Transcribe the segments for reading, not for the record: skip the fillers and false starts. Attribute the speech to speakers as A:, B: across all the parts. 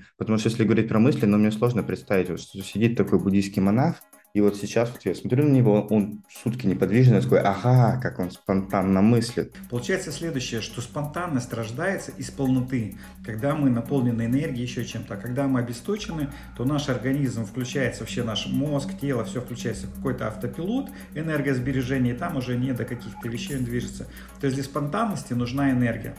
A: Потому что если говорить про мысли, ну, мне сложно представить, вот, что сидит такой буддийский монах, и вот сейчас вот я смотрю на него, он сутки неподвижный, я такой, ага, как он спонтанно мыслит.
B: Получается следующее, что спонтанность рождается из полноты, когда мы наполнены энергией, еще чем-то. А когда мы обесточены, то наш организм включается, вообще наш мозг, тело, все включается в какой-то автопилот, энергосбережение, и там уже не до каких-то вещей он движется. То есть для спонтанности нужна энергия.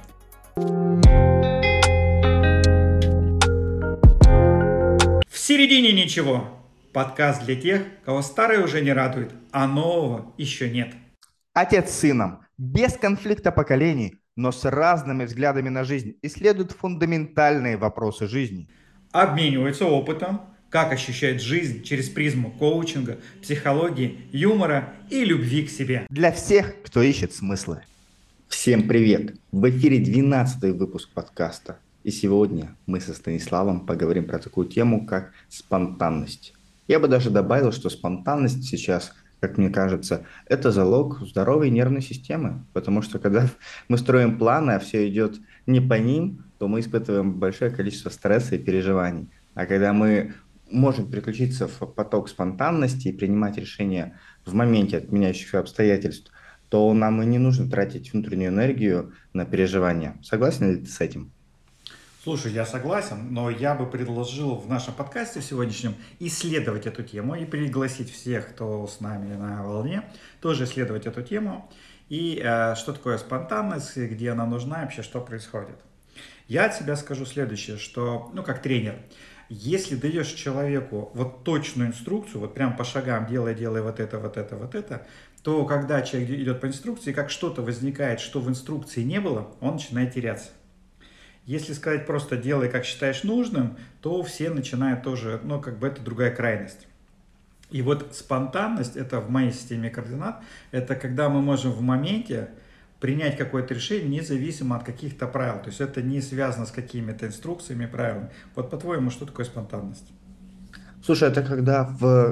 B: В середине ничего. Подкаст для тех, кого старое уже не радует, а нового еще нет.
A: Отец с сыном, без конфликта поколений, но с разными взглядами на жизнь, исследуют фундаментальные вопросы жизни.
B: Обмениваются опытом, как ощущать жизнь через призму коучинга, психологии, юмора и любви к себе.
A: Для всех, кто ищет смыслы. Всем привет! В эфире 12-й выпуск подкаста. И сегодня мы со Станиславом поговорим про такую тему, как спонтанность. Я бы даже добавил, что спонтанность сейчас, как мне кажется, это залог здоровой нервной системы. Потому что когда мы строим планы, а все идет не по ним, то мы испытываем большое количество стресса и переживаний. А когда мы можем переключиться в поток спонтанности и принимать решения в моменте от меняющихся обстоятельств, то нам и не нужно тратить внутреннюю энергию на переживания. Согласен ли ты с этим?
B: Слушай, я согласен, но я бы предложил в нашем подкасте сегодняшнем исследовать эту тему и пригласить всех, кто с нами на волне, тоже исследовать эту тему. И что такое спонтанность, где она нужна, и вообще что происходит. Я от себя скажу следующее, что, как тренер, если даешь человеку вот точную инструкцию, вот прям по шагам делай вот это, вот это, вот это, то когда человек идет по инструкции, как что-то возникает, что в инструкции не было, он начинает теряться. Если сказать просто делай, как считаешь нужным, то все начинают тоже, это другая крайность. И вот спонтанность, это в моей системе координат, это когда мы можем в моменте принять какое-то решение независимо от каких-то правил. То есть это не связано с какими-то инструкциями, правилами. Вот по-твоему, что такое спонтанность?
A: Слушай, это когда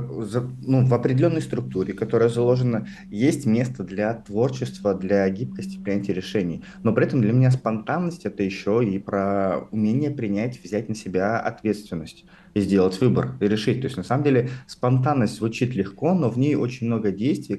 A: в определенной структуре, которая заложена, есть место для творчества, для гибкости принятия решений. Но при этом для меня спонтанность — это еще и про умение принять, взять на себя ответственность и сделать выбор, и решить. То есть на самом деле спонтанность звучит легко, но в ней очень много действий,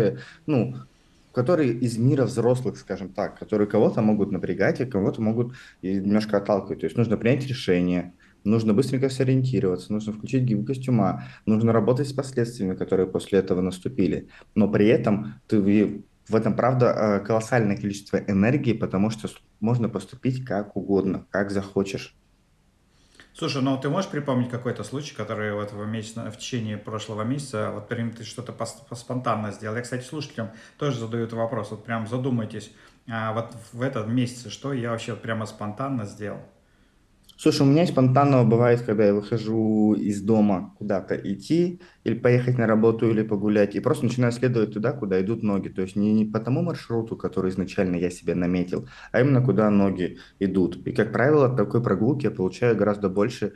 A: которые из мира взрослых, скажем так, которые кого-то могут напрягать, а кого-то могут и немножко отталкивать. То есть нужно принять решение, нужно быстренько сориентироваться, нужно включить гибкость ума, нужно работать с последствиями, которые после этого наступили. Но при этом в этом, правда, колоссальное количество энергии, потому что можно поступить как угодно, как захочешь.
B: Слушай, ну ты можешь припомнить какой-то случай, который вот в течение прошлого месяца, вот прям ты что-то спонтанно сделал? Я, кстати, слушателям тоже задаю этот вопрос, вот прям задумайтесь, вот в этот месяц, что я вообще вот прямо спонтанно сделал?
A: Слушай, у меня спонтанно бывает, когда я выхожу из дома куда-то идти, или поехать на работу, или погулять, и просто начинаю следовать туда, куда идут ноги. То есть не по тому маршруту, который изначально я себе наметил, а именно куда ноги идут. И, как правило, от такой прогулки я получаю гораздо больше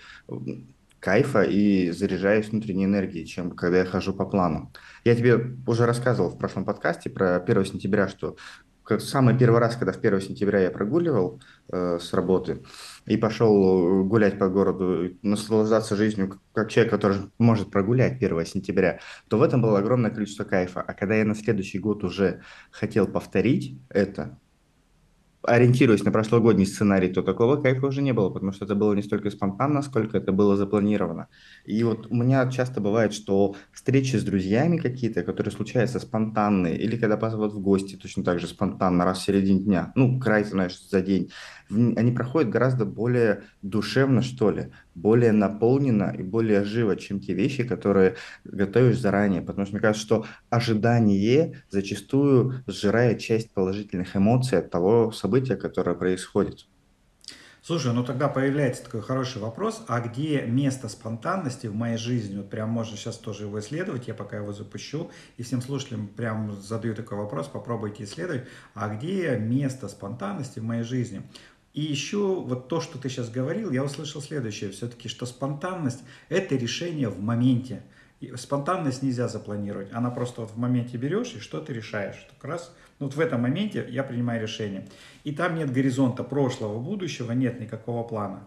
A: кайфа и заряжаюсь внутренней энергией, чем когда я хожу по плану. Я тебе уже рассказывал в прошлом подкасте про 1 сентября, что как самый первый раз, когда в 1 сентября я прогуливал с работы, и пошел гулять по городу, наслаждаться жизнью как человек, который может прогулять 1 сентября, то в этом было огромное количество кайфа. А когда я на следующий год уже хотел повторить это, ориентируясь на прошлогодний сценарий, то такого кайфа уже не было, потому что это было не столько спонтанно, сколько это было запланировано. И вот у меня часто бывает, что встречи с друзьями какие-то, которые случаются спонтанные, или когда позовут в гости точно так же спонтанно, раз в середине дня, край, знаешь, за день, они проходят гораздо более душевно, что ли, более наполненно и более живо, чем те вещи, которые готовишь заранее. Потому что мне кажется, что ожидание зачастую сжирает часть положительных эмоций от того события, которое происходит.
B: Слушай, ну тогда появляется такой хороший вопрос, а где место спонтанности в моей жизни? Вот прям можно сейчас тоже его исследовать, я пока его запущу, и всем слушателям прям задаю такой вопрос, попробуйте исследовать, а где место спонтанности в моей жизни? И еще вот то, что ты сейчас говорил, я услышал следующее, все-таки, что спонтанность – это решение в моменте. И спонтанность нельзя запланировать, она просто вот в моменте берешь и что ты решаешь. Как раз вот в этом моменте я принимаю решение. И там нет горизонта прошлого, будущего, нет никакого плана.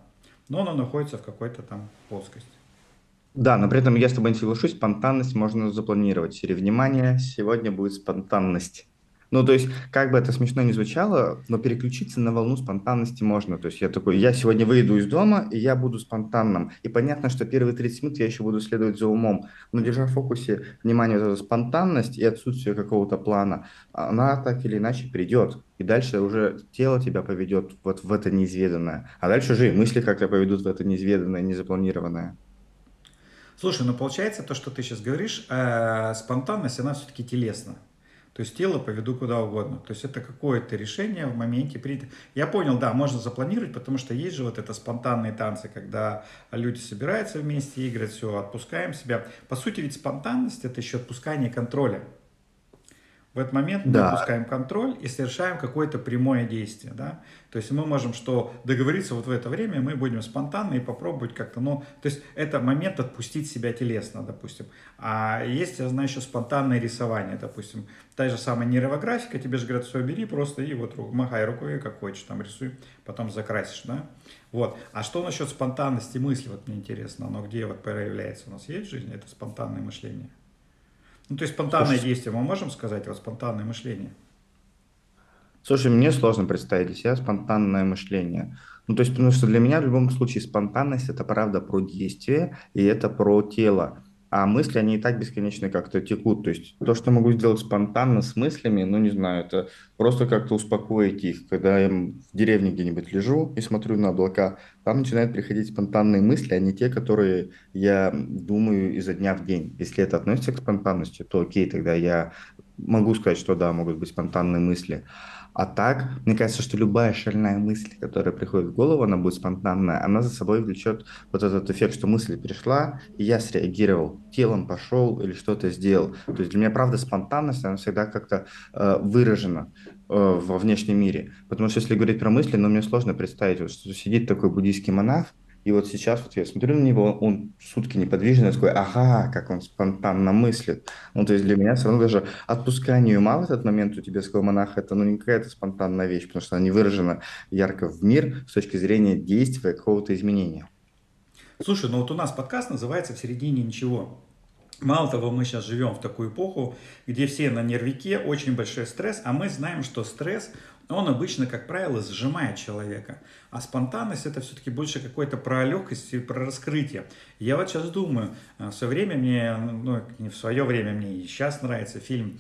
B: но оно находится в какой-то там плоскости.
A: Да, но при этом я с тобой не соглашусь, спонтанность можно запланировать. Сири, внимание, сегодня будет спонтанность. Ну, то есть, как бы это смешно ни звучало, но переключиться на волну спонтанности можно. То есть я такой, я сегодня выйду из дома, и я буду спонтанным. И понятно, что первые 30 минут я еще буду следовать за умом. Но держа в фокусе внимание, вот эта спонтанность и отсутствие какого-то плана, она так или иначе придет. И дальше уже тело тебя поведет вот в это неизведанное. А дальше уже и мысли как-то поведут в это неизведанное, незапланированное.
B: Слушай, ну получается то, что ты сейчас говоришь, спонтанность, она все-таки телесна. То есть тело поведу куда угодно. То есть это какое-то решение в моменте принято. Я понял, да, можно запланировать, потому что есть же вот это спонтанные танцы, когда люди собираются вместе, играют, все, отпускаем себя. По сути, ведь спонтанность это еще отпускание контроля. В этот момент мы
A: Да,
B: отпускаем контроль и совершаем какое-то прямое действие. Да? То есть мы можем что договориться вот в это время, мы будем спонтанно и попробовать как-то, ну, то есть это момент отпустить себя телесно, допустим. А есть, я знаю, еще спонтанное рисование, допустим. Та же самая нейрографика, тебе же говорят, все, бери просто и вот махай рукой, как хочешь, там рисуй, потом закрасишь, да? Вот. А что насчет спонтанности мысли, вот мне интересно, оно где вот проявляется у нас есть в жизни, это спонтанное мышление? Ну, то есть спонтанное
A: слушай,
B: действие мы можем сказать, вот спонтанное мышление.
A: слушай, мне сложно представить для себя спонтанное мышление. Ну, то есть, потому что для меня в любом случае спонтанность– это правда про действие, и это про тело. А мысли, они и так бесконечно как-то текут. То есть то, что могу сделать спонтанно с мыслями, ну, не знаю, это просто как-то успокоить их. Когда я в деревне где-нибудь лежу и смотрю на облака, там начинают приходить спонтанные мысли, а не те, которые я думаю изо дня в день. Если это относится к спонтанности, то окей, тогда я могу сказать, что да, могут быть спонтанные мысли. А так, мне кажется, что любая шальная мысль, которая приходит в голову, она будет спонтанная, она за собой влечет вот этот эффект, что мысль пришла, и я среагировал, телом пошел или что-то сделал. То есть для меня, правда, спонтанность, она всегда как-то выражена во внешнем мире. Потому что если говорить про мысли, ну, мне сложно представить, вот, что сидит такой буддийский монах, и вот сейчас вот я смотрю на него, он сутки неподвижный, я такой, ага, как он спонтанно мыслит. Ну, то есть для меня все равно даже отпускание ума в этот момент у тибетского монаха, это ну, не какая-то спонтанная вещь, потому что она не выражена ярко в мир с точки зрения действия какого-то изменения.
B: Слушай, ну вот у нас подкаст называется «В середине ничего». Мало того, мы сейчас живем в такую эпоху, где все на нервике, очень большой стресс, а мы знаем, что стресс, он обычно, как правило, сжимает человека. А спонтанность это все-таки больше какой-то про легкость и про раскрытие. Я вот сейчас думаю, в свое время мне, ну не в свое время, мне и сейчас нравится фильм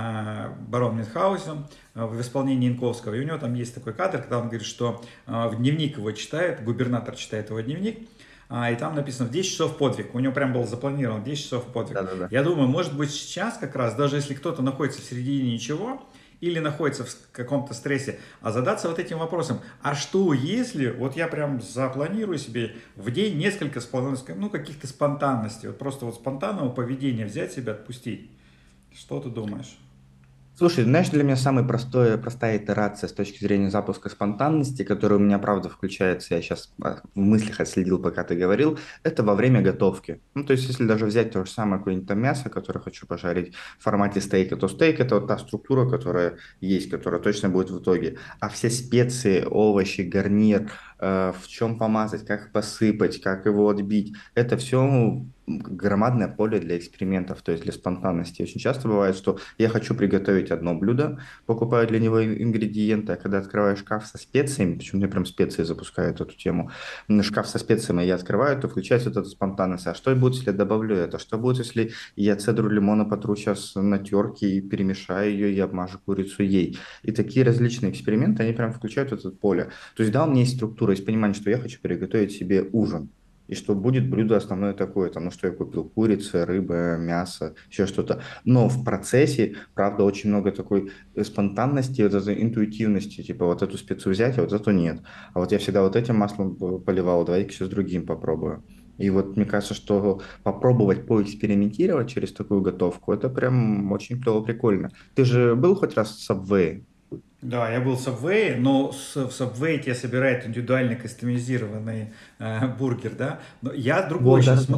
B: «Барон Мюнхгаузен» в исполнении Янковского. И у него там есть такой кадр, когда он говорит, что в дневник его читает, губернатор читает его дневник, и там написано в 10 часов подвиг. У него прям было запланировано 10 часов подвиг.
A: Да-да-да.
B: Я думаю, может быть сейчас как раз, даже если кто-то находится в середине ничего, или находится в каком-то стрессе, а задаться вот этим вопросом, а что если, вот я прям запланирую себе в день несколько ну, каких-то спонтанностей, вот просто вот спонтанного поведения взять себя, отпустить. Что ты думаешь?
A: Слушай, знаешь, для меня самая простая итерация с точки зрения запуска спонтанности, которая у меня, правда, включается, я сейчас в мыслях отследил, пока ты говорил, это во время готовки. Ну, то есть, если даже взять то же самое какое-нибудь там мясо, которое хочу пожарить в формате стейка, то стейк– это вот та структура, которая есть, которая точно будет в итоге. А все специи, овощи, гарнир, в чем помазать, как посыпать, как его отбить, это все громадное поле для экспериментов, то есть для спонтанности. Очень часто бывает, что я хочу приготовить одно блюдо, покупаю для него ингредиенты, а когда открываю шкаф со специями, почему мне прям специи запускают эту тему, шкаф со специями я открываю, то включается вот эта спонтанность. А что будет, если я добавлю это? Что будет, если я цедру лимона потру сейчас на терке и перемешаю ее и обмажу курицу ей? И такие различные эксперименты, они прям включают это поле. То есть, да, у меня есть структура, есть понимание, что я хочу приготовить себе ужин. И что будет блюдо основное такое, там, ну что я купил, курица, рыба, мясо, еще что-то. Но в процессе, правда, очень много такой спонтанности, вот этой интуитивности, типа вот эту специю взять, а вот эту нет. А вот я всегда вот этим маслом поливал, давай-ка сейчас другим попробую. И вот мне кажется, что попробовать поэкспериментировать через такую готовку, это прям очень клево, прикольно. Ты же был хоть раз в Subway?
B: Да, я был в Subway, но в Subway тебе собирают индивидуально кастомизированный бургер, да. Но я другой
A: Вот,
B: сейчас,
A: да, да.
B: смотри,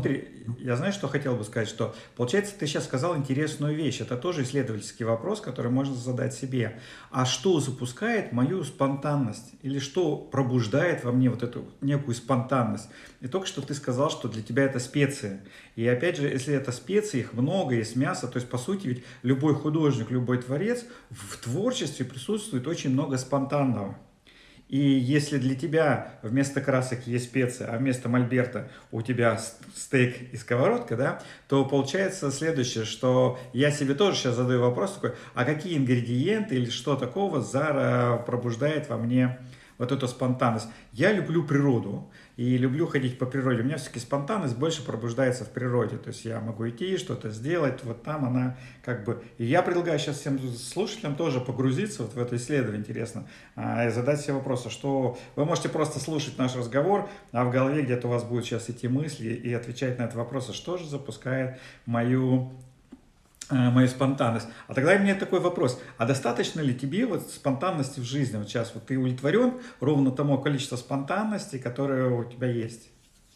B: я знаю, что хотел бы сказать, что, получается, ты сейчас сказал интересную вещь. Это тоже исследовательский вопрос, который можно задать себе. А что запускает мою спонтанность? Или что пробуждает во мне вот эту некую спонтанность? И только что ты сказал, что для тебя это специи. И опять же, если это специи, их много, есть мясо, то есть, по сути, ведь любой художник, любой творец в творчестве присутствует очень много спонтанного. И если для тебя вместо красок есть специя, а вместо мольберта у тебя стейк и сковородка, да, то получается следующее, что я себе тоже сейчас задаю вопрос такой, а какие ингредиенты или что такого Зара пробуждает во мне вот эту спонтанность. Я люблю природу и люблю ходить по природе. У меня все-таки спонтанность больше пробуждается в природе. То есть я могу идти, что-то сделать, вот там она как бы... И я предлагаю сейчас всем слушателям тоже погрузиться вот в это исследование, интересно, и задать себе вопросы, что вы можете просто слушать наш разговор, а в голове где-то у вас будут сейчас идти мысли и отвечать на этот вопрос, что же запускает мою спонтанность. А тогда у меня такой вопрос. А достаточно ли тебе вот спонтанности в жизни? Вот сейчас вот ты удовлетворен ровно тому количеству спонтанности, которое у тебя есть?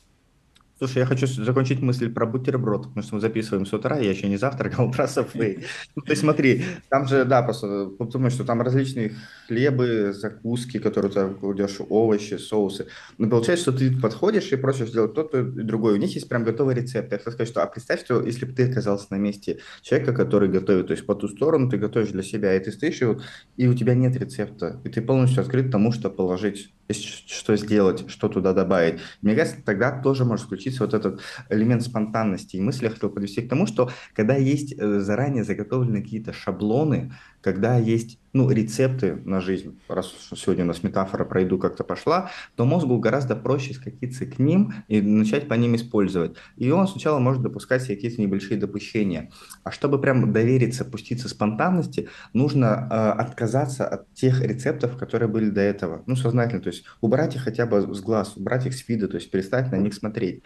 A: Слушай, я хочу закончить мысль про бутерброд, потому что мы записываем с утра, я еще не завтракал, про Subway. Ну, то есть смотри, там же, да, просто подумай, что там различные хлебы, закуски, которые ты кладешь, овощи, соусы. Но получается, что ты подходишь и просишь сделать то-то и другое. У них есть прям готовый рецепт. Я хочу сказать, что, а представь, что если бы ты оказался на месте человека, который готовит, то есть по ту сторону ты готовишь для себя, и ты стоишь, и у тебя нет рецепта, и ты полностью открыт тому, что положить, что сделать, что туда добавить. Мне кажется, тогда тоже может включиться вот этот элемент спонтанности. И мысль я хотел подвести к тому, что когда есть заранее заготовлены какие-то шаблоны, когда есть ну, рецепты на жизнь, раз уж сегодня у нас метафора про еду как-то пошла, то мозгу гораздо проще скатиться к ним и начать по ним использовать. И он сначала может допускать себе какие-то небольшие допущения. А чтобы прям довериться, пуститься спонтанности, нужно отказаться от тех рецептов, которые были до этого. Ну, сознательно, то есть убрать их хотя бы с глаз, убрать их с вида, то есть перестать на них смотреть.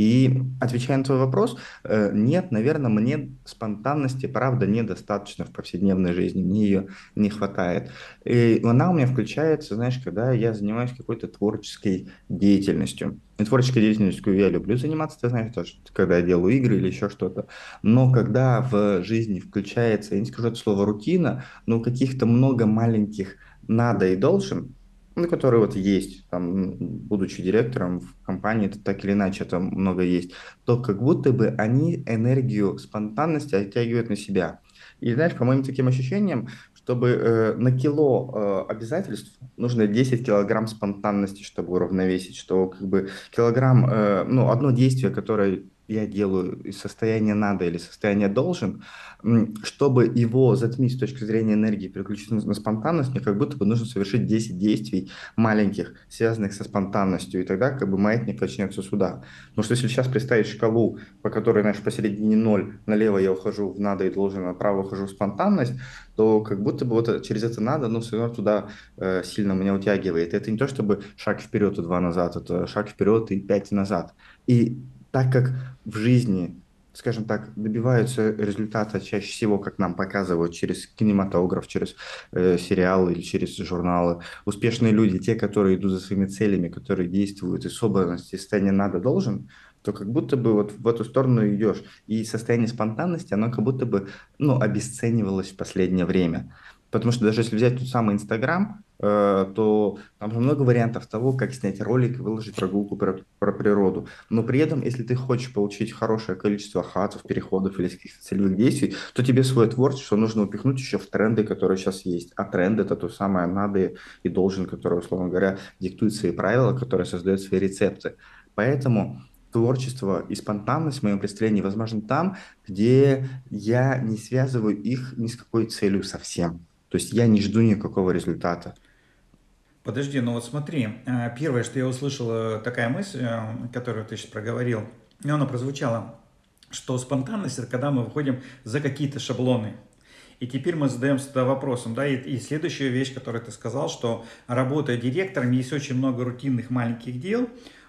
A: И отвечая на твой вопрос, нет, наверное, мне спонтанности, правда, недостаточно в повседневной жизни, мне ее не хватает. И она у меня включается, знаешь, когда я занимаюсь какой-то творческой деятельностью. И творческой деятельностью я люблю заниматься, ты знаешь, тоже, когда я делаю игры или еще что-то. Но когда в жизни включается, я не скажу это слово рутина, но каких-то много маленьких надо и должен, ну, которые вот есть, там, будучи директором в компании, это так или иначе это много есть, то как будто бы они энергию спонтанности оттягивают на себя. И знаешь, по моим таким ощущениям, чтобы на кило обязательств нужно 10 килограмм спонтанности, чтобы уравновесить, что как бы килограмм, ну, одно действие, которое я делаю из состояния надо или состояния должен, чтобы его затмить с точки зрения энергии, переключить на спонтанность, мне как будто бы нужно совершить 10 действий маленьких, связанных со спонтанностью, и тогда как бы маятник начнется сюда. Потому что если сейчас представить шкалу, по которой, знаешь, посередине ноль, налево я ухожу в надо и должен, направо ухожу в спонтанность, то как будто бы вот через это надо, но все равно туда сильно меня утягивает. Это не то, чтобы шаг вперед и два назад, это шаг вперед и пять назад. И так как в жизни, скажем так, добиваются результата чаще всего, как нам показывают, через кинематограф, через сериалы или через журналы. Успешные люди, те, которые идут за своими целями, которые действуют из собранности, состояния надо, должен, то как будто бы вот в эту сторону идешь. И состояние спонтанности, оно как будто бы, ну, обесценивалось в последнее время. Потому что даже если взять тот самый Инстаграм, то там же много вариантов того, как снять ролик и выложить прогулку про природу. Но при этом, если ты хочешь получить хорошее количество охватов, переходов или каких-то целевых действий, то тебе свое творчество нужно упихнуть еще в тренды, которые сейчас есть. А тренд — это то самое надо и должен, которое, условно говоря, диктует свои правила, которое создает свои рецепты. Поэтому творчество и спонтанность в моем представлении возможно там, где я не связываю их ни с какой целью совсем. То есть я не жду никакого результата.
B: Подожди, ну вот смотри, первое, что я услышал, такая мысль, которую ты сейчас проговорил, и она прозвучала, что спонтанность — это когда мы выходим за какие-то шаблоны. И теперь мы задаемся тогда вопросом, да, и следующая вещь, которую ты сказал, что работая директором, есть очень много рутинных маленьких дел.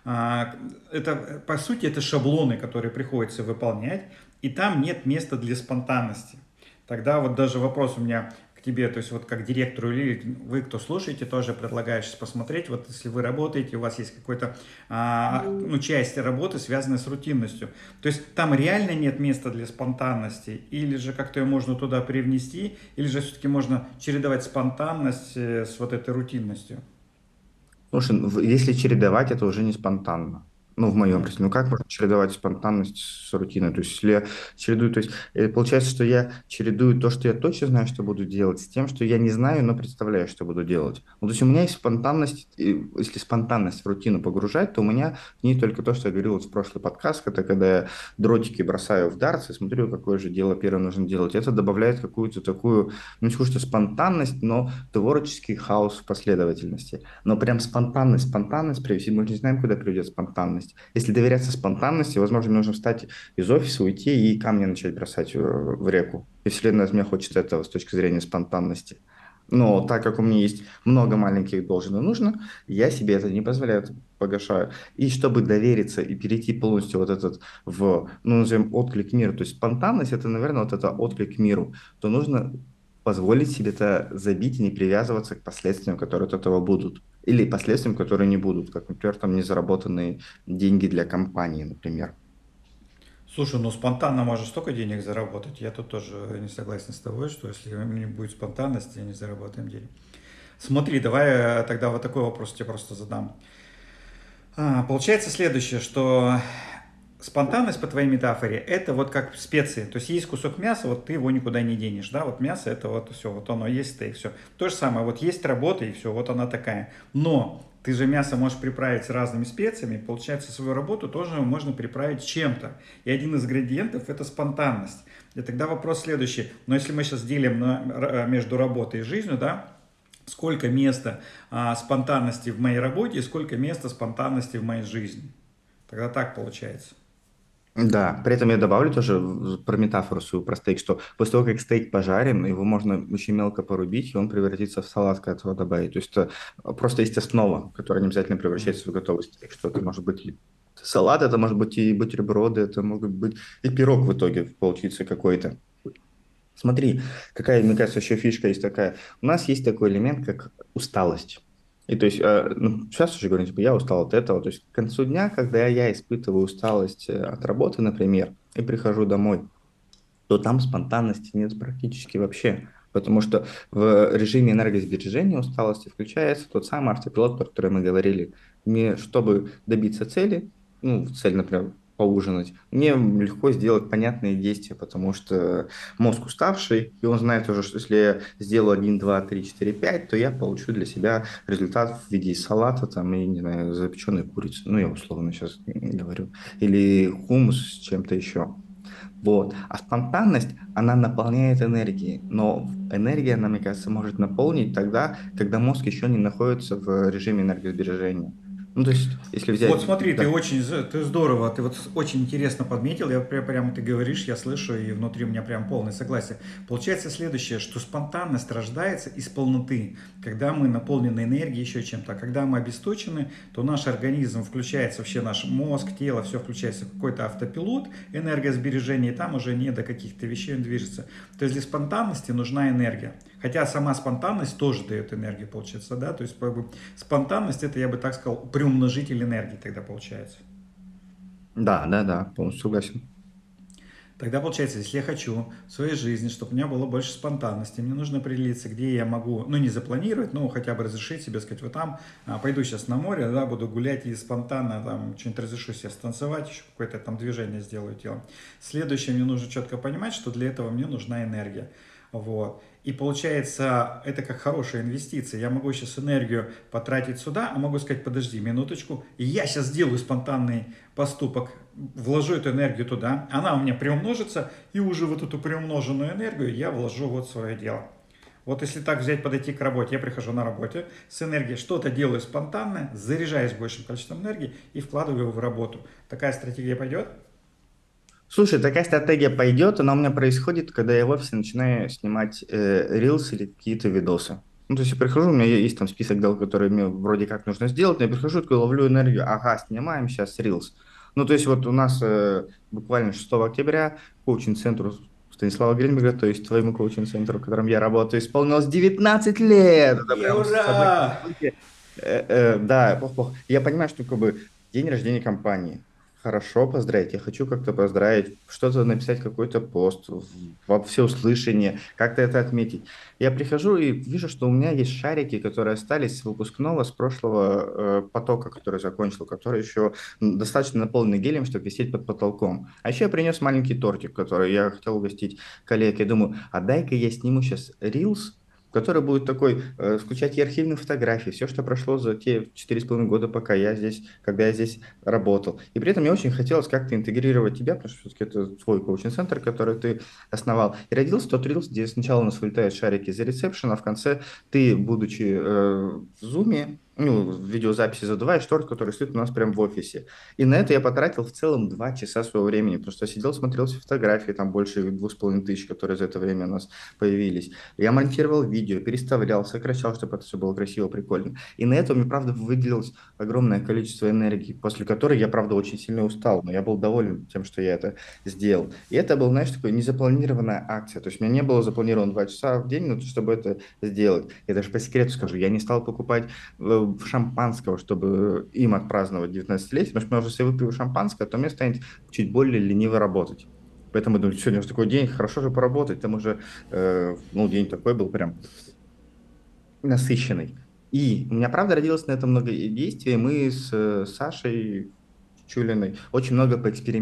B: Это, по сути, это шаблоны, которые приходится выполнять, и там нет места для спонтанности. Тогда вот даже вопрос у меня к тебе, то есть вот как директору, или вы, кто слушаете, тоже предлагаешь посмотреть, вот если вы работаете, у вас есть какой-то, ну, часть работы, связанная с рутинностью. То есть там реально нет места для спонтанности, или же как-то ее можно туда привнести, или же все-таки можно чередовать спонтанность с вот этой рутинностью.
A: Слушай, если чередовать, это уже не спонтанно. Ну, в моем
B: Мгм.
A: представлении. Ну, как можно чередовать спонтанность с рутиной? То есть, если я чередую, то есть, получается, что я чередую то, что я точно знаю, что буду делать, с тем, что я не знаю, но представляю, что буду делать. Ну, то есть, у меня есть спонтанность, и если спонтанность в рутину погружать, то у меня в ней только то, что я говорил вот в прошлый подкаст, это когда я дротики бросаю в дартс и смотрю, какое же дело первое нужно делать. Это добавляет какую-то такую, ну, не скажу, что спонтанность, но творческий хаос в последовательности. Но прям спонтанность привести, мы же не знаем, куда приведет спонтанность. Если доверяться спонтанности, возможно, мне нужно встать из офиса, уйти и камни начать бросать в реку. И вселенная от меня хочет этого с точки зрения спонтанности. Но так как у меня есть много маленьких должен и нужно, я себе это не позволяю, это погашаю. И чтобы довериться и перейти полностью вот этот в, ну, назовем, отклик миру, то есть спонтанность, это, наверное, вот это отклик миру, то нужно позволить себе это забить и не привязываться к последствиям, которые от этого будут. Или последствиям, которые не будут, как, например, там незаработанные деньги для компании, например.
B: Слушай, ну спонтанно можно столько денег заработать. Я тут тоже не согласен с тобой, что если не будет спонтанности, не заработаем денег. Смотри, давай тогда вот такой вопрос тебе просто задам. Получается следующее, что спонтанность, по твоей метафоре, это вот как специи. То есть есть кусок мяса, вот ты его никуда не денешь, да, вот мясо это вот все, вот оно есть стейк, все. То же самое, вот есть работа и все, вот она такая. Но ты же мясо можешь приправить разными специями, получается, свою работу тоже можно приправить чем-то. И один из градиентов это спонтанность. И тогда вопрос следующий. Но если мы сейчас делим между работой и жизнью, да, сколько места спонтанности в моей работе и сколько места спонтанности в моей жизни. Тогда так получается.
A: Да, при этом я добавлю тоже про метафору свою про стейк, что после того, как стейк пожарен, его можно очень мелко порубить, и он превратится в салат, когда его добавить. То есть это просто есть основа, которая не обязательно превращается в готовый стейк. Что это может быть и салат, это может быть и бутерброды, это может быть и пирог в итоге получится какой-то. Смотри, какая, мне кажется, еще фишка есть такая. У нас есть такой элемент, как усталость. И то есть, ну, сейчас уже говорю, типа, я устал от этого. То есть, к концу дня, когда я испытываю усталость от работы, например, и прихожу домой, то там спонтанности нет практически вообще. Потому что в режиме энергосбережения усталости включается тот самый автопилот, про который мы говорили. Мне, чтобы добиться цели, ну, цель, например, поужинать, мне легко сделать понятные действия, потому что мозг уставший, и он знает уже, что если я сделаю 1, 2, 3, 4, 5, то я получу для себя результат в виде салата, там, и, не знаю, запеченной курицы, ну, я условно сейчас говорю, или хумус с чем-то еще. Вот. А спонтанность, она наполняет энергией. Но энергия, она, мне кажется, может наполнить тогда, когда мозг еще не находится в режиме энергосбережения. Ну, то есть, если
B: Вот
A: взять...
B: смотри, ты
A: Да.
B: очень, ты здорово, ты вот очень интересно подметил, я прямо ты говоришь, я слышу, и внутри у меня прям полное согласие. Получается следующее, что спонтанность рождается из полноты, когда мы наполнены энергией, еще чем-то. А когда мы обесточены, то наш организм включается, вообще наш мозг, тело, все включается в какой-то автопилот энергосбережения, и там уже не до каких-то вещей он движется. То есть для спонтанности нужна энергия. Хотя сама спонтанность тоже дает энергию, получается, да, то есть как бы, спонтанность это, я бы так сказал, приумножитель энергии тогда получается.
A: Да, да, да, полностью согласен.
B: Тогда получается, если я хочу в своей жизни, чтобы у меня было больше спонтанности, мне нужно определиться, где я могу, ну не запланировать, но хотя бы разрешить себе сказать, вот там пойду сейчас на море, да, буду гулять и спонтанно там что-нибудь разрешу себе станцевать, еще какое-то там движение сделаю телом. Следующее, мне нужно четко понимать, что для этого мне нужна энергия. Вот. И получается, это как хорошая инвестиция. Я могу сейчас энергию потратить сюда, а могу сказать, подожди минуточку, и я сейчас сделаю спонтанный поступок, вложу эту энергию туда, она у меня приумножится, и уже вот эту приумноженную энергию я вложу вот в свое дело. Вот если так взять, подойти к работе, я прихожу на работе с энергией, что-то делаю спонтанно, заряжаюсь большим количеством энергии и вкладываю его в работу. Такая стратегия пойдет?
A: Слушай, такая стратегия пойдет, она у меня происходит, когда я в офисе начинаю снимать рилсы или какие-то видосы. Ну, то есть я прихожу, у меня есть там список дел, которые мне вроде как нужно сделать, но я прихожу, такой ловлю энергию, ага, снимаем сейчас рилс. Ну, то есть вот у нас буквально 6 октября коучинг-центру Станислава Гринберга, то есть твоему коучинг-центру, в котором я работаю, исполнилось 19 лет. Это прям с одной стороны
B: Ура!
A: событие. Да, плохо. Я понимаю, что как бы день рождения компании. Хорошо поздравить. Я хочу как-то поздравить, что-то написать, какой-то пост во всеуслышание, как-то это отметить. Я прихожу и вижу, что у меня есть шарики, которые остались с выпускного, с прошлого потока, который закончил, который еще достаточно наполнены гелием, чтобы висеть под потолком. А еще я принес маленький тортик, который я хотел угостить коллег. Я думаю, а дай-ка я сниму сейчас рилс, который будет такой, включать и архивные фотографии, все, что прошло за те 4,5 года, пока я здесь, когда я здесь работал. И при этом мне очень хотелось как-то интегрировать тебя, потому что все-таки это твой коучинг-центр, который ты основал. И родился тот рилс, где сначала у нас вылетают шарики за ресепшн, а в конце ты, будучи в зуме, ну, в видеозаписи задуваешь торт, который стоит у нас прямо в офисе. И на это я потратил в целом 2 часа своего времени. Просто сидел, смотрел все фотографии, там больше 2500, которые за это время у нас появились. Я монтировал видео, переставлял, сокращал, чтобы это все было красиво, прикольно. И на это мне, правда, выделилось огромное количество энергии, после которой я, правда, очень сильно устал, но я был доволен тем, что я это сделал. И это был, знаешь, такой незапланированная акция. То есть у меня не было запланировано 2 часа в день, но чтобы это сделать. Я даже по секрету скажу, я не стал покупать шампанского, чтобы им отпраздновать 19-летие, потому что может, если я выпью шампанское, то мне станет чуть более лениво работать. Поэтому, думаю, сегодня же такой день, хорошо же поработать. Там уже, ну, день такой был прям насыщенный. И у меня, правда, родилось на это много действий. Мы с Сашей Чулиной очень много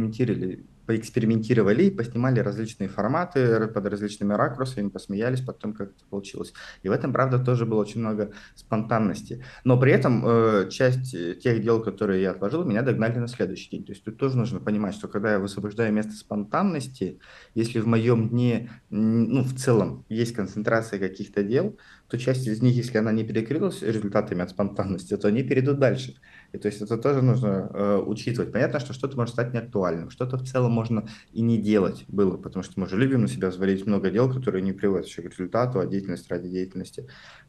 A: поэкспериментировали и поснимали различные форматы под различными ракурсами, посмеялись под тем, как это получилось. И в этом, правда, тоже было очень много спонтанности. Но при этом часть тех дел, которые я отложил, меня догнали на следующий день. То есть тут тоже нужно понимать, что когда я высвобождаю место спонтанности, если в моем дне, ну, в целом есть концентрация каких-то дел, то часть из них, если она не перекрылась результатами от спонтанности, то они перейдут дальше. И то есть это тоже нужно учитывать. Понятно, что что-то может стать неактуальным, что-то в целом можно и не делать было, потому что мы же любим на себя взвалить много дел, которые не приводят еще к результату, а деятельность ради деятельности.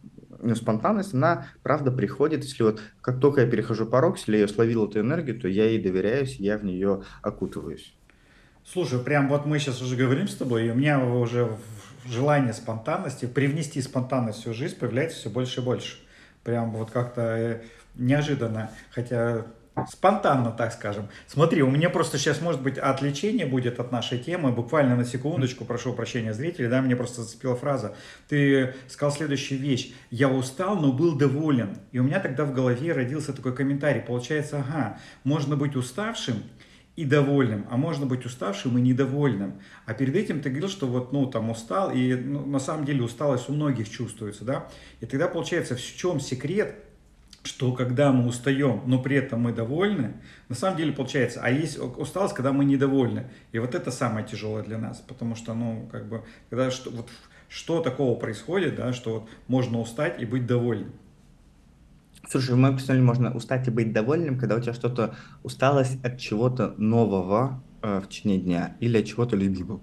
A: Но спонтанность, она, правда, приходит, если вот как только я перехожу порог, если я словил эту энергию, то я ей доверяюсь, я в нее окутываюсь.
B: Слушай, прям вот мы сейчас уже говорим с тобой, и у меня уже желание спонтанности, привнести спонтанность в свою жизнь появляется все больше и больше. Прям вот как-то неожиданно, хотя спонтанно, так скажем. Смотри, у меня просто сейчас, может быть, отвлечение будет от нашей темы. Буквально на секундочку, прошу прощения зрителей, да, мне просто зацепила фраза. Ты сказал следующую вещь. Я устал, но был доволен. И у меня тогда в голове родился такой комментарий. Получается, ага, можно быть уставшим и довольным, а можно быть уставшим и недовольным. А перед этим ты говорил, что вот, ну, там устал, и ну, на самом деле усталость у многих чувствуется, да? И тогда получается, в чем секрет, что когда мы устаем, но при этом мы довольны, на самом деле получается, а есть усталость, когда мы недовольны. И вот это самое тяжелое для нас, потому что, ну, как бы, когда что, вот, что такого происходит, да, что вот можно устать и быть довольным.
A: Слушай, в моем представлении можно устать и быть довольным, когда у тебя что-то усталость от чего-то нового в течение дня или от чего-то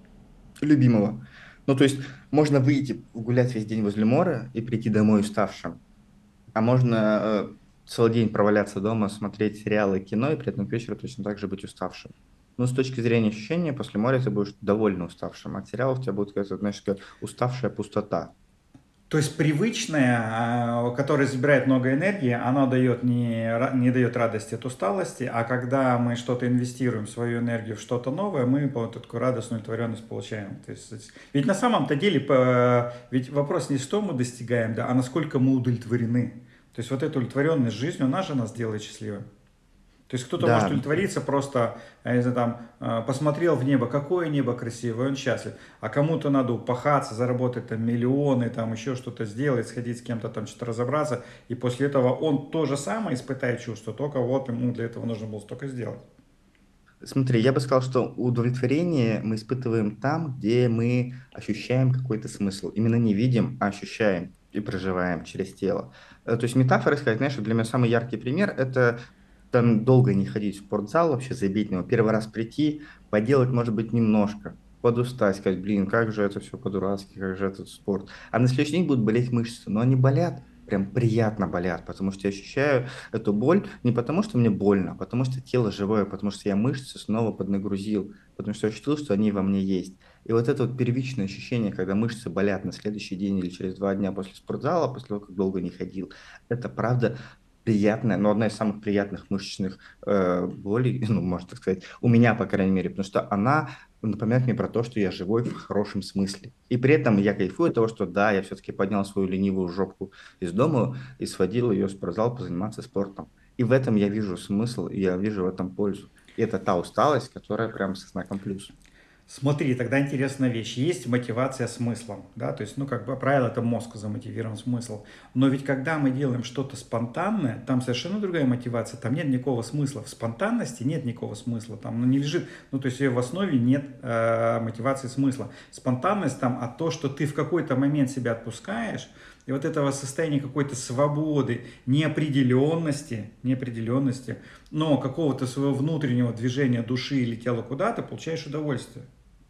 A: любимого. Ну, то есть можно выйти гулять весь день возле моря и прийти домой уставшим, а можно целый день проваляться дома, смотреть сериалы, кино и при этом к вечеру точно так же быть уставшим. Но с точки зрения ощущения, после моря ты будешь довольно уставшим, а от сериалов у тебя будет какая-то, знаешь, такая уставшая пустота.
B: То есть привычное, которое забирает много энергии, оно дает не дает радости от усталости, а когда мы что-то инвестируем, свою энергию в что-то новое, мы вот такую радостную удовлетворенность получаем. То есть, ведь на самом-то деле, ведь вопрос не что мы достигаем, да, а насколько мы удовлетворены. То есть вот эта удовлетворенность жизнью, она же нас делает счастливыми. То есть кто-то может
A: Да,
B: удовлетвориться просто, я не знаю, там, посмотрел в небо, какое небо красивое, он счастлив. А кому-то надо упахаться, заработать там миллионы, там еще что-то сделать, сходить с кем-то там что-то разобраться. И после этого он то же самое испытает чувство, только вот ему для этого нужно было столько сделать.
A: смотри, я бы сказал, что удовлетворение мы испытываем там, где мы ощущаем какой-то смысл. Именно не видим, а ощущаем и проживаем через тело. То есть метафора сказать, знаешь, вот для меня самый яркий пример– это там долго не ходить в спортзал, вообще забить на него, первый раз прийти, поделать, может быть, немножко, подустать, сказать, блин, как же это все по-дурацки, как же этот спорт. А на следующий день будут болеть мышцы, но они болят, прям приятно болят, потому что я ощущаю эту боль не потому, что мне больно, а потому что тело живое, потому что я мышцы снова поднагрузил, потому что я ощутил, что они во мне есть. И вот это вот первичное ощущение, когда мышцы болят на следующий день или через 2 дня после спортзала, после того, как долго не ходил, это правда приятная, но одна из самых приятных мышечных болей, ну, можно так сказать, у меня, по крайней мере, потому что она напоминает мне про то, что я живой в хорошем смысле. И при этом я кайфую от того, что да, я все-таки поднял свою ленивую жопку из дома и сводил ее в спортзал позаниматься спортом. И в этом я вижу смысл, и я вижу в этом пользу. И это та усталость, которая прям со знаком плюс.
B: Смотри, тогда интересная вещь. Есть мотивация смыслом, да, то есть, ну, как бы правило, это мозг замотивирован смыслом. Но ведь когда мы делаем что-то спонтанное, там совершенно другая мотивация, там нет никакого смысла. В спонтанности нет никакого смысла, там, ну, не лежит, ну, то есть в основе нет мотивации смысла. Спонтанность там, а то, что ты в какой-то момент себя отпускаешь, и вот этого состояния какой-то свободы, неопределенности, но какого-то своего внутреннего движения души или тела куда-то, получаешь удовольствие.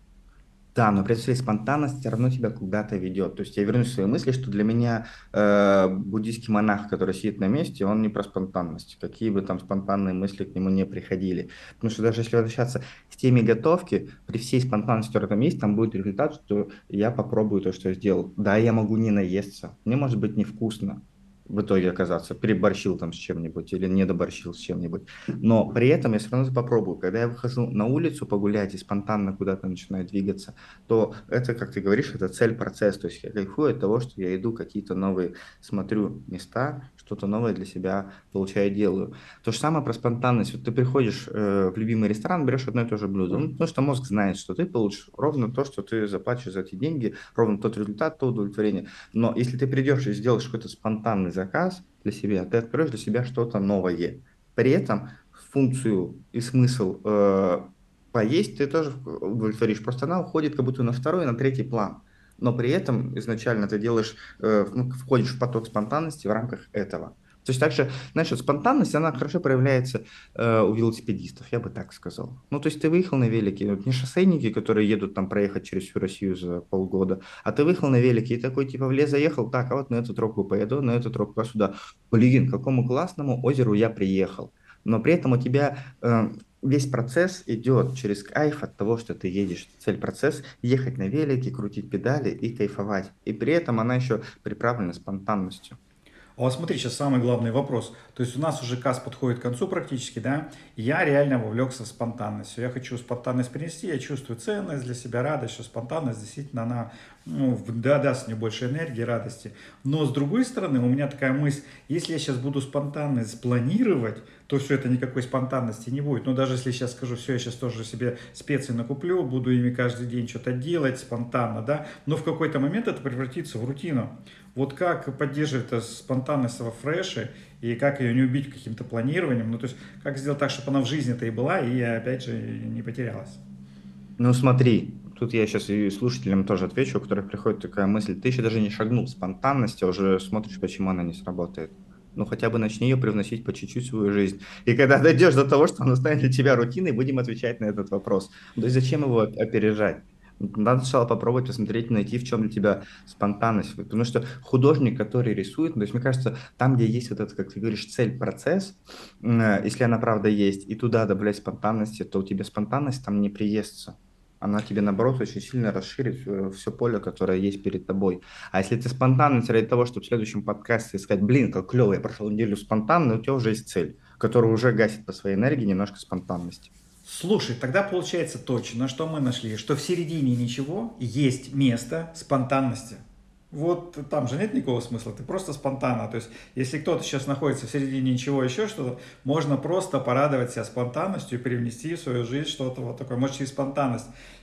A: Да, но при этом своей спонтанность все равно тебя куда-то ведет. То есть я вернусь к своей мысли, что для меня буддийский монах, который сидит на месте, он не про спонтанность, какие бы там спонтанные мысли к нему не приходили. Потому что даже если возвращаться к теме готовки, при всей спонтанности, которая там есть, там будет результат, что я попробую то, что я сделал. Да, я могу не наесться, мне может быть невкусно в итоге оказаться, переборщил там с чем-нибудь или недоборщил с чем-нибудь. Но при этом я все равно попробую. Когда я выхожу на улицу погулять и спонтанно куда-то начинаю двигаться, то это, как ты говоришь, это цель, процесс. То есть я кайфую от того, что я иду какие-то новые, смотрю места, что-то новое для себя получаю, делаю. То же самое про спонтанность. Вот ты приходишь в любимый ресторан, берешь одно и то же блюдо. Ну, потому что мозг знает, что ты получишь ровно то, что ты заплатишь за эти деньги, ровно тот результат, то удовлетворение. Но если ты придешь и сделаешь какой-то спонтанный заказ для себя, ты откроешь для себя что-то новое. При этом функцию и смысл поесть ты тоже удовлетворишь. Просто она уходит как будто на второй, на третий план. Но при этом изначально ты делаешь, ну, входишь в поток спонтанности в рамках этого. То есть также, знаешь, вот спонтанность, она хорошо проявляется у велосипедистов, я бы так сказал. Ну, то есть ты выехал на велике, вот не шоссейники, которые едут там проехать через всю Россию за полгода, а ты выехал на велике и такой, типа, в лес заехал, так, а вот на эту тропку поеду, на эту тропку, а сюда. Блин, к какому классному озеру я приехал. Но при этом у тебя весь процесс идет через кайф от того, что ты едешь. Цель процесс– ехать на велике, крутить педали и кайфовать. И при этом она еще приправлена спонтанностью.
B: А вот смотри, сейчас самый главный вопрос. То есть у нас уже касс подходит к концу практически, да? И я реально вовлекся в спонтанность. Я хочу спонтанность принести, я чувствую ценность для себя, радость, что спонтанность действительно она ну, да, даст мне больше энергии, радости. Но с другой стороны, у меня такая мысль, если я сейчас буду спонтанность планировать, то все это никакой спонтанности не будет. Но даже если я сейчас скажу, все, я сейчас тоже себе специи накуплю, буду ими каждый день что-то делать спонтанно, да, но в какой-то момент это превратится в рутину. Вот как поддерживать эту спонтанность во фреше и как ее не убить каким-то планированием, ну то есть как сделать так, чтобы она в жизни-то и была, и опять же не потерялась.
A: Ну смотри, тут я сейчас и слушателям тоже отвечу, у которых приходит такая мысль, ты еще даже не шагнул в спонтанность, а уже смотришь, почему она не сработает. Ну хотя бы начни ее привносить по чуть-чуть в свою жизнь. И когда дойдешь до того, что она станет для тебя рутиной, будем отвечать на этот вопрос. То есть зачем его опережать? Надо сначала попробовать посмотреть, найти, в чем для тебя спонтанность. Потому что художник, который рисует, ну, то есть, мне кажется, там, где есть вот это, как ты говоришь, цель, процесс, если она правда есть, и туда добавлять спонтанности, то у тебя спонтанность там не приестся. Она тебе, наоборот, очень сильно расширит все поле, которое есть перед тобой. А если ты спонтанность ради того, чтобы в следующем подкасте сказать, блин, как клево, я прошел неделю спонтанно, у тебя уже есть цель, которая уже гасит по своей энергии немножко спонтанность.
B: Слушай, тогда получается точно, что мы нашли, что в середине ничего есть место спонтанности. Вот там же нет никакого смысла, ты просто спонтанно. То есть, если кто-то сейчас находится в середине ничего, еще что-то, можно просто порадовать себя спонтанностью и привнести в свою жизнь что-то вот такое, может, через спонтанность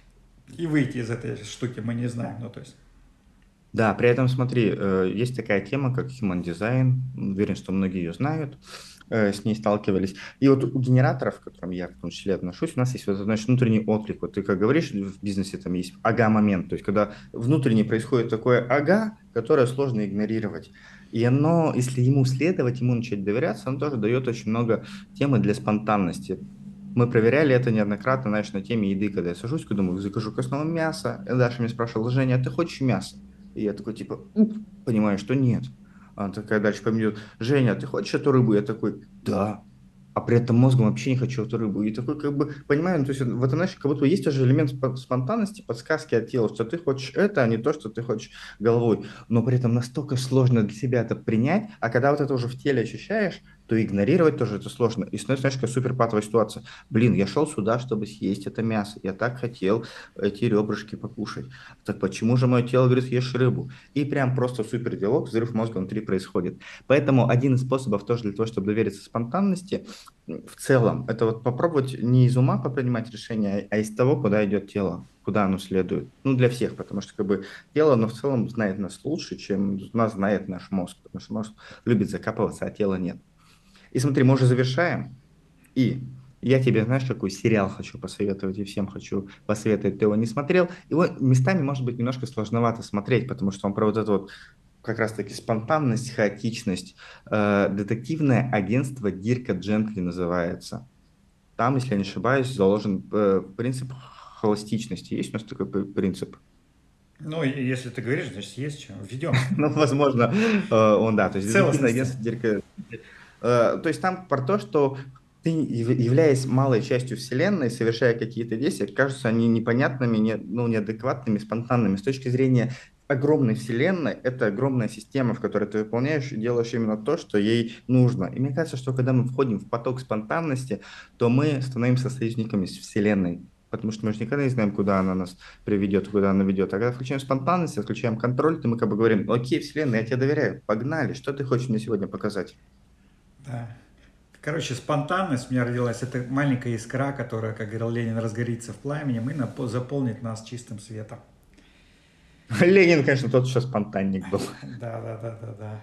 B: и выйти из этой штуки, мы не знаем. Ну, то есть,
A: Да, при этом смотри, есть такая тема, как Human Design, уверен, что многие ее знают, с ней сталкивались. И вот у генераторов, к которым я в том числе отношусь, у нас есть вот, значит, внутренний отклик. Вот ты как говоришь, в бизнесе там есть ага-момент, то есть когда внутренне происходит такое ага, которое сложно игнорировать. И оно, если ему следовать, ему начать доверяться, оно тоже дает очень много темы для спонтанности. Мы проверяли это неоднократно, знаешь, на теме еды, когда я сажусь, думаю, закажу-ка снова мясо. И Даша мне спрашивала, Женя, а ты хочешь мясо? И я такой, типа, понимаю, что нет. Она такая дальше по мне идет: Женя, ты хочешь эту рыбу? Я такой: да. А при этом мозгом вообще не хочу эту рыбу. И такой, как бы, понимаю, ну, то есть, вот, знаешь, как будто есть тоже элемент спонтанности, подсказки от тела, что ты хочешь это, а не то, что ты хочешь головой. Но при этом настолько сложно для себя это принять, а когда вот это уже в теле ощущаешь, то игнорировать тоже это сложно. И становится, знаешь, какая супер патовая ситуация. Блин, я шел сюда, чтобы съесть это мясо. Я так хотел эти ребрышки покушать. Так почему же мое тело говорит, ешь рыбу? И прям просто супер диалог, взрыв мозга внутри происходит. Поэтому один из способов тоже для того, чтобы довериться спонтанности, в целом, это вот попробовать не из ума попринимать решение, а из того, куда идет тело, куда оно следует. Ну, для всех, потому что как бы тело, оно в целом знает нас лучше, чем нас знает наш мозг, потому что мозг любит закапываться, а тело нет. И смотри, мы уже завершаем, и я тебе, знаешь, какой сериал хочу посоветовать, и всем хочу посоветовать, ты его не смотрел. Его местами, может быть, немножко сложновато смотреть, потому что он про вот это вот как раз-таки спонтанность, хаотичность. Детективное агентство Дирка Джентли называется. Там, если я не ошибаюсь, заложен принцип холостичности. Есть у нас такой принцип?
B: Ну, если ты говоришь, значит, есть чем. Введем.
A: Ну, возможно, он, да. То есть детективное
B: Целостности.
A: агентство Дирка. То есть там про то, что ты, являясь малой частью Вселенной, совершая какие-то действия, кажутся они непонятными, ну, неадекватными, спонтанными. С точки зрения огромной Вселенной, это огромная система, в которой ты выполняешь и делаешь именно то, что ей нужно. И мне кажется, что когда мы входим в поток спонтанности, то мы становимся союзниками с Вселенной. Потому что мы же никогда не знаем, куда она нас приведет, куда она ведет. А когда включаем спонтанность, отключаем контроль, то мы как бы говорим: окей, Вселенная, я тебе доверяю, погнали, что ты хочешь мне сегодня показать?
B: Да. Короче, спонтанность у меня родилась. Это маленькая искра, которая, как говорил Ленин, разгорится в пламени и заполнит нас чистым светом.
A: Ленин, конечно, тот еще спонтанник был.
B: Да, да, да, да, да.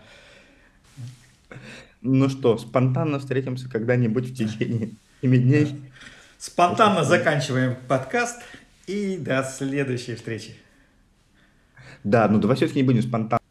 A: Ну что, спонтанно встретимся когда-нибудь в
B: Да,
A: течение 7
B: да.
A: дней.
B: Спонтанно заканчиваем подкаст и до следующей встречи.
A: Да, ну давай все-таки не будем спонтанно.